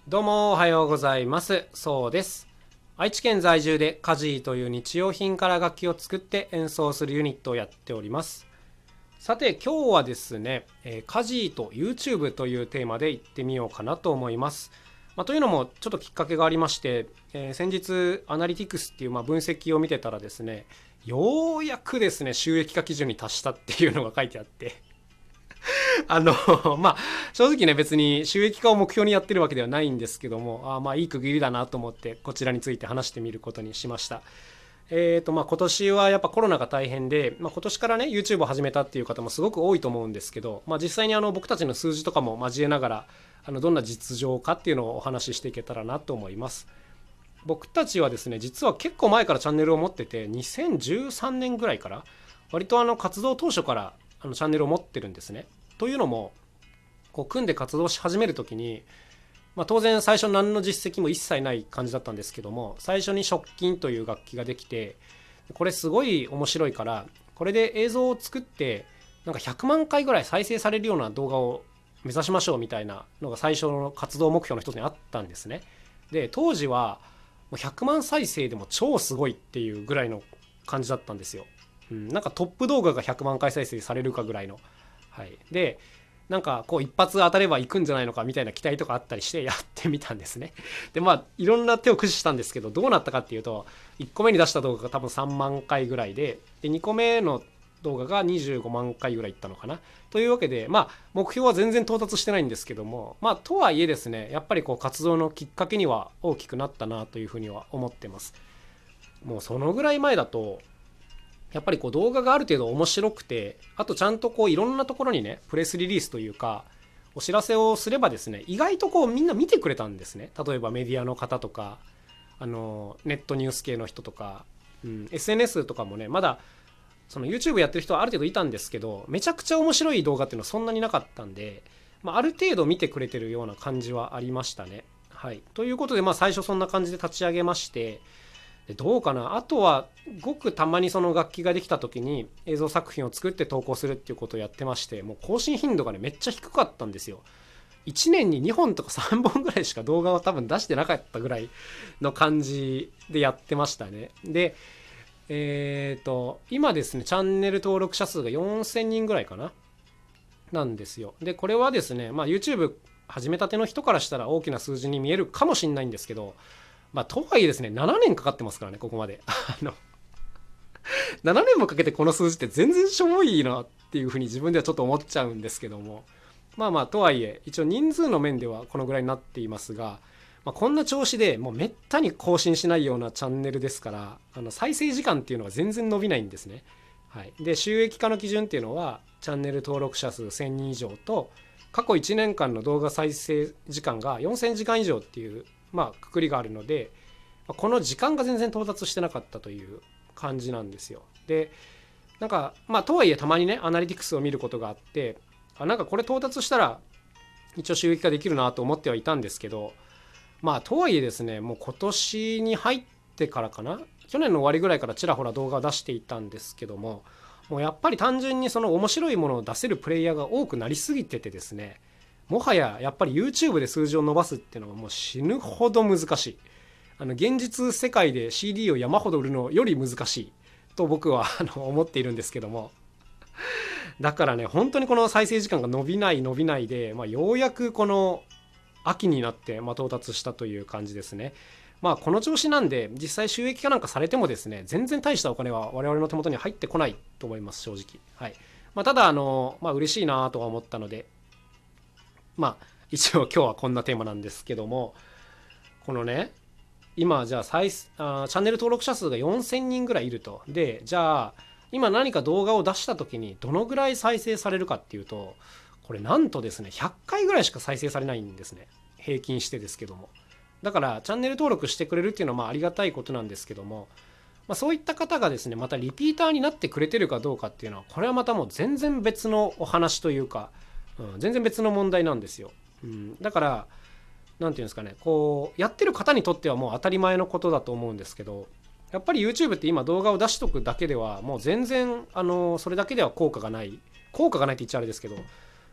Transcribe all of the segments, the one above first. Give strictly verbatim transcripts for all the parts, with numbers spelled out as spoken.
どうもおはようございます。そうです。愛知県在住でカジーという日用品から楽器を作って演奏するユニットをやっております。さて今日はですね、えーカジーと YouTube というテーマでいってみようかなと思います。まあ、というのもちょっときっかけがありまして、えー先日アナリティクスっていうまあ分析を見てたらですね、ようやくですね収益化基準に達したっていうのが書いてあってあのまあ正直ね別に収益化を目標にやってるわけではないんですけども、あまあいい区切りだなと思ってこちらについて話してみることにしました。えーとまあ今年はやっぱコロナが大変で、まあ、今年からね YouTube を始めたっていう方もすごく多いと思うんですけど、まあ、実際にあの僕たちの数字とかも交えながらあのどんな実情かっていうのをお話ししていけたらなと思います。僕たちはですね実は結構前からチャンネルを持ってて、にせんじゅうさんねんぐらいから割とあの活動当初からあのチャンネルを持ってるんですね。というのもこう組んで活動し始めるときに、まあ、当然最初何の実績も一切ない感じだったんですけども、最初に食金という楽器ができて、これすごい面白いからこれで映像を作ってなんかひゃくまんかいぐらい再生されるような動画を目指しましょうみたいなのが最初の活動目標の一つにあったんですね。で当時はもうひゃくまん再生でも超すごいっていうぐらいの感じだったんですよ。うん、なんかトップ動画がひゃくまんかい再生されるかぐらいの。はい、でなんかこう一発当たればいくんじゃないのかみたいな期待とかあったりしてやってみたんですね。でまあいろんな手を駆使したんですけど、どうなったかっていうと、いっこめに出した動画が多分さんまんかいぐらいで、でにこめの動画がにじゅうごまんかいぐらいいったのかな。というわけでまあ目標は全然到達してないんですけども、まあとはいえですねやっぱりこう活動のきっかけには大きくなったなというふうには思ってます。もうそのぐらい前だとやっぱりこう動画がある程度面白くて、あとちゃんとこういろんなところにねプレスリリースというかお知らせをすればですね、意外とこうみんな見てくれたんですね。例えばメディアの方とかあのネットニュース系の人とか、うん、エスエヌエス とかもねまだその YouTube やってる人はある程度いたんですけど、めちゃくちゃ面白い動画っていうのはそんなになかったんで、まあ、ある程度見てくれてるような感じはありましたね。はい、ということでまあ最初そんな感じで立ち上げまして、でどうかな、あとはごくたまにその楽器ができた時に映像作品を作って投稿するっていうことをやってまして、もう更新頻度がねめっちゃ低かったんですよ。いちねんににほんとかさんぼんぐらいしか動画を多分出してなかったぐらいの感じでやってましたね。でえーと今ですねチャンネル登録者数がよんせんにんぐらいかななんですよ。でこれはですねまあ YouTube 始めたての人からしたら大きな数字に見えるかもしれないんですけど、まあ、とはいえですね、ななねんかかってますからね、ここまで。あの、ななねんもかけてこの数字って全然しょぼいなっていうふうに自分ではちょっと思っちゃうんですけども、まあまあ、とはいえ、一応人数の面ではこのぐらいになっていますが、まあ、こんな調子でもうめったに更新しないようなチャンネルですから、あの再生時間っていうのは全然伸びないんですね。はい。で、収益化の基準っていうのは、チャンネル登録者数せんにん以上と、過去いちねんかんの動画再生時間がよんせんじかん以上っていうまあ、くくりがあるので、この時間が全然到達してなかったという感じなんですよ。で、なんか、まあ、とはいえたまにね、アナリティクスを見ることがあって、あ、なんかこれ到達したら、一応収益化できるなと思ってはいたんですけど、まあ、とはいえですね、もう今年に入ってからかな、去年の終わりぐらいからちらほら動画を出していたんですけども、もうやっぱり単純にその面白いものを出せるプレイヤーが多くなりすぎててですね、もはややっぱり YouTube で数字を伸ばすっていうのはもう死ぬほど難しい。あの現実世界で シーディー を山ほど売るのより難しいと僕はあの思っているんですけども、だからね本当にこの再生時間が伸びない伸びないで、まあ、ようやくこの秋になってまあ到達したという感じですね。まあこの調子なんで実際収益化なんかされてもですね全然大したお金は我々の手元に入ってこないと思います正直。はい。まあ、ただあのまあ嬉しいなとは思ったので、まあ一応今日はこんなテーマなんですけども、このね今じゃあ再あチャンネル登録者数がよんせんにんぐらいいると。でじゃあ今何か動画を出した時にどのぐらい再生されるかっていうと、これなんとですねひゃっかいぐらいしか再生されないんですね、平均してですけども。だからチャンネル登録してくれるっていうのはまあありがたいことなんですけども、まあ、そういった方がですねまたリピーターになってくれてるかどうかっていうのはこれはまたもう全然別のお話というか、うん、全然別の問題なんですよ。うん、だからなんていうんですかね、こうやってる方にとってはもう当たり前のことだと思うんですけど、やっぱり YouTube って今動画を出しとくだけではもう全然あのそれだけでは効果がない効果がないって言っちゃあれですけど、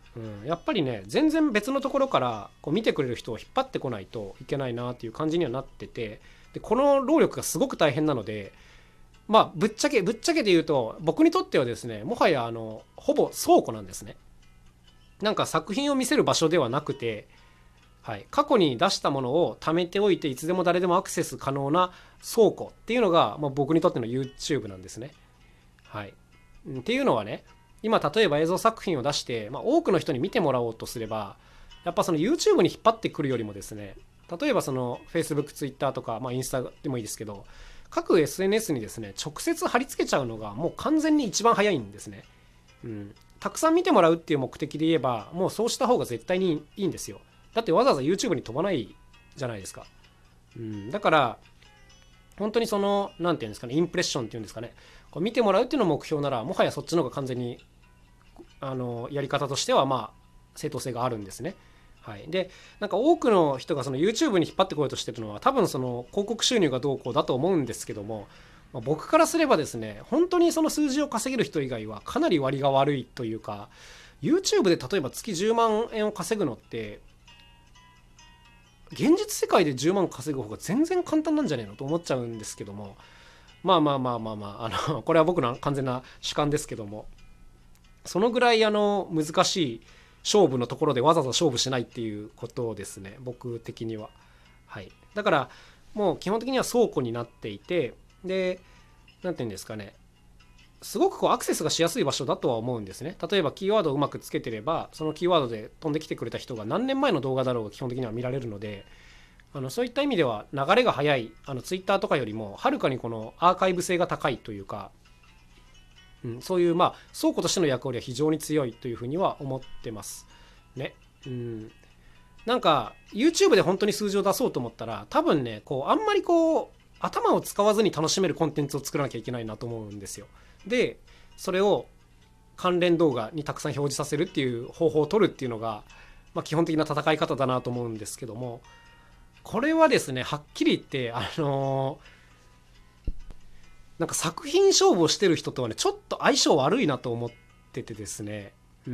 うん、やっぱりね全然別のところからこう見てくれる人を引っ張ってこないといけないなっていう感じにはなってて、でこの労力がすごく大変なので、まあぶっちゃけぶっちゃけで言うと僕にとってはですね、もはやあのほぼ倉庫なんですね。なんか作品を見せる場所ではなくて、はい、過去に出したものを貯めておいていつでも誰でもアクセス可能な倉庫っていうのが、まあ、僕にとっての YouTube なんですね。はい、っていうのはね、今例えば映像作品を出して、まあ、多くの人に見てもらおうとすれば、やっぱその YouTube に引っ張ってくるよりもですね、例えばその Facebook、Twitter とか、まあ、インスタでもいいですけど、各 エスエヌエス にですね直接貼り付けちゃうのがもう完全に一番早いんですね。うん、たくさん見てもらうっていう目的で言えばもうそうした方が絶対にいいんですよ。だってわざわざ YouTube に飛ばないじゃないですか。うん、だから本当にその何て言うんですかね、インプレッションっていうんですかね、こう見てもらうっていうのが目標ならもはやそっちの方が完全にあのやり方としてはまあ正当性があるんですね。はい、でなんか多くの人がその YouTube に引っ張ってこようとしてるのは多分その広告収入がどうこうだと思うんですけども、まあ、僕からすればですね、本当にその数字を稼げる人以外はかなり割が悪いというか、 YouTube で例えば月じゅうまんえんを稼ぐのって現実世界でじゅうまん稼ぐ方が全然簡単なんじゃねえのと思っちゃうんですけども、まあまあまあまあまあ、あのこれは僕の完全な主観ですけども、そのぐらいあの難しい勝負のところでわざわざ勝負しないっていうことですね、僕的には。はい、だからもう基本的には倉庫になっていて、で何て言うんですかね、すごくこうアクセスがしやすい場所だとは思うんですね。例えばキーワードをうまくつけてればそのキーワードで飛んできてくれた人が何年前の動画だろうが基本的には見られるので、あのそういった意味では流れが早いあの Twitter とかよりもはるかにこのアーカイブ性が高いというか、うん、そういうまあ倉庫としての役割は非常に強いというふうには思ってますね。うん、なんか YouTube で本当に数字を出そうと思ったら多分ね、こうあんまりこう頭を使わずに楽しめるコンテンツを作らなきゃいけないなと思うんですよ。でそれを関連動画にたくさん表示させるっていう方法を取るっていうのが、まあ、基本的な戦い方だなと思うんですけども、これはですねはっきり言ってあのー、なんか作品勝負をしてる人とはねちょっと相性悪いなと思っててですね、うん、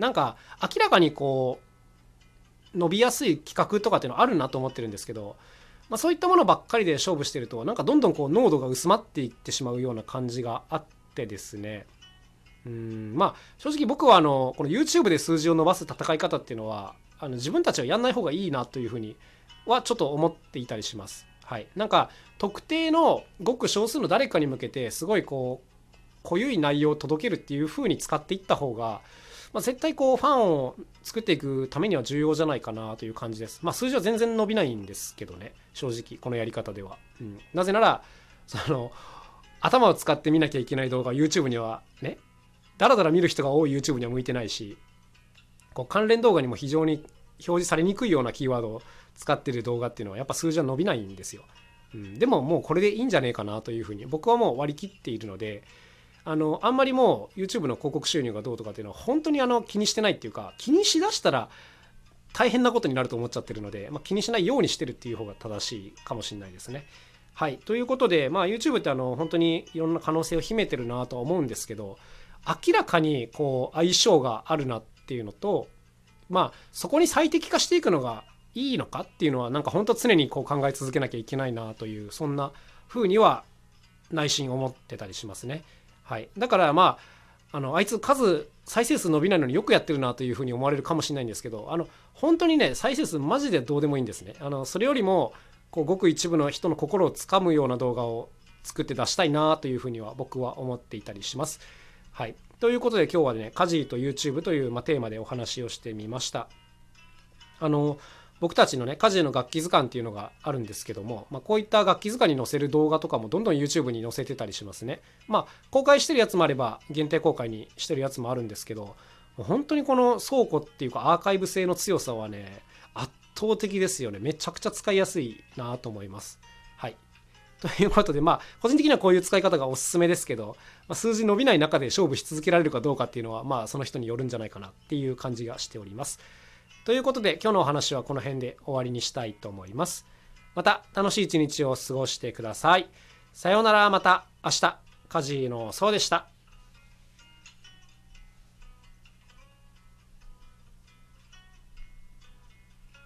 なんか明らかにこう伸びやすい企画とかっていうのはあるなと思ってるんですけど、まあ、そういったものばっかりで勝負してるとなんかどんどんこう濃度が薄まっていってしまうような感じがあってですね、うん、まあ正直僕はあのこの YouTube で数字を伸ばす戦い方っていうのはあの自分たちはやんない方がいいなというふうにはちょっと思っていたりします。はい、なんか特定のごく少数の誰かに向けてすごいこう濃ゆい内容を届けるっていうふうに使っていった方が、まあ、絶対こうファンを作っていくためには重要じゃないかなという感じです。まあ数字は全然伸びないんですけどね、正直このやり方では。うん、なぜならその頭を使って見なきゃいけない動画は YouTube にはね、だらだら見る人が多い YouTube には向いてないし、こう関連動画にも非常に表示されにくいようなキーワードを使ってる動画っていうのはやっぱ数字は伸びないんですよ。うん、でももうこれでいいんじゃねえかなというふうに僕はもう割り切っているので、あのあんまりもう YouTube の広告収入がどうとかっていうのは本当にあの気にしてないっていうか、気にしだしたら大変なことになると思っちゃってるので、まあ、気にしないようにしてるっていう方が正しいかもしれないですね。はい、ということで、まあ、YouTube ってあの本当にいろんな可能性を秘めてるなとは思うんですけど、明らかにこう相性があるなっていうのと、まあそこに最適化していくのがいいのかっていうのはなんか本当常にこう考え続けなきゃいけないなという、そんな風には内心思ってたりしますね。はい、だからまああのあいつ数再生数伸びないのによくやってるなというふうに思われるかもしれないんですけど、あの本当にね再生数マジでどうでもいいんですね。あのそれよりもこうごく一部の人の心をつかむような動画を作って出したいなというふうには僕は思っていたりします。はい、ということで今日はね家事と YouTube という、まあ、テーマでお話をしてみました。あの僕たちのね家事の楽器図鑑っていうのがあるんですけども、まあ、こういった楽器図鑑に載せる動画とかもどんどん YouTube に載せてたりしますね。まあ公開してるやつもあれば限定公開にしてるやつもあるんですけど、本当にこの倉庫っていうかアーカイブ性の強さはね圧倒的ですよね。めちゃくちゃ使いやすいなと思います。はい、ということで、まあ個人的にはこういう使い方がおすすめですけど、まあ、数字伸びない中で勝負し続けられるかどうかっていうのはまあその人によるんじゃないかなっていう感じがしております。ということで今日のお話はこの辺で終わりにしたいと思います。また楽しい一日を過ごしてください。さようなら、また明日。カジノそうでした。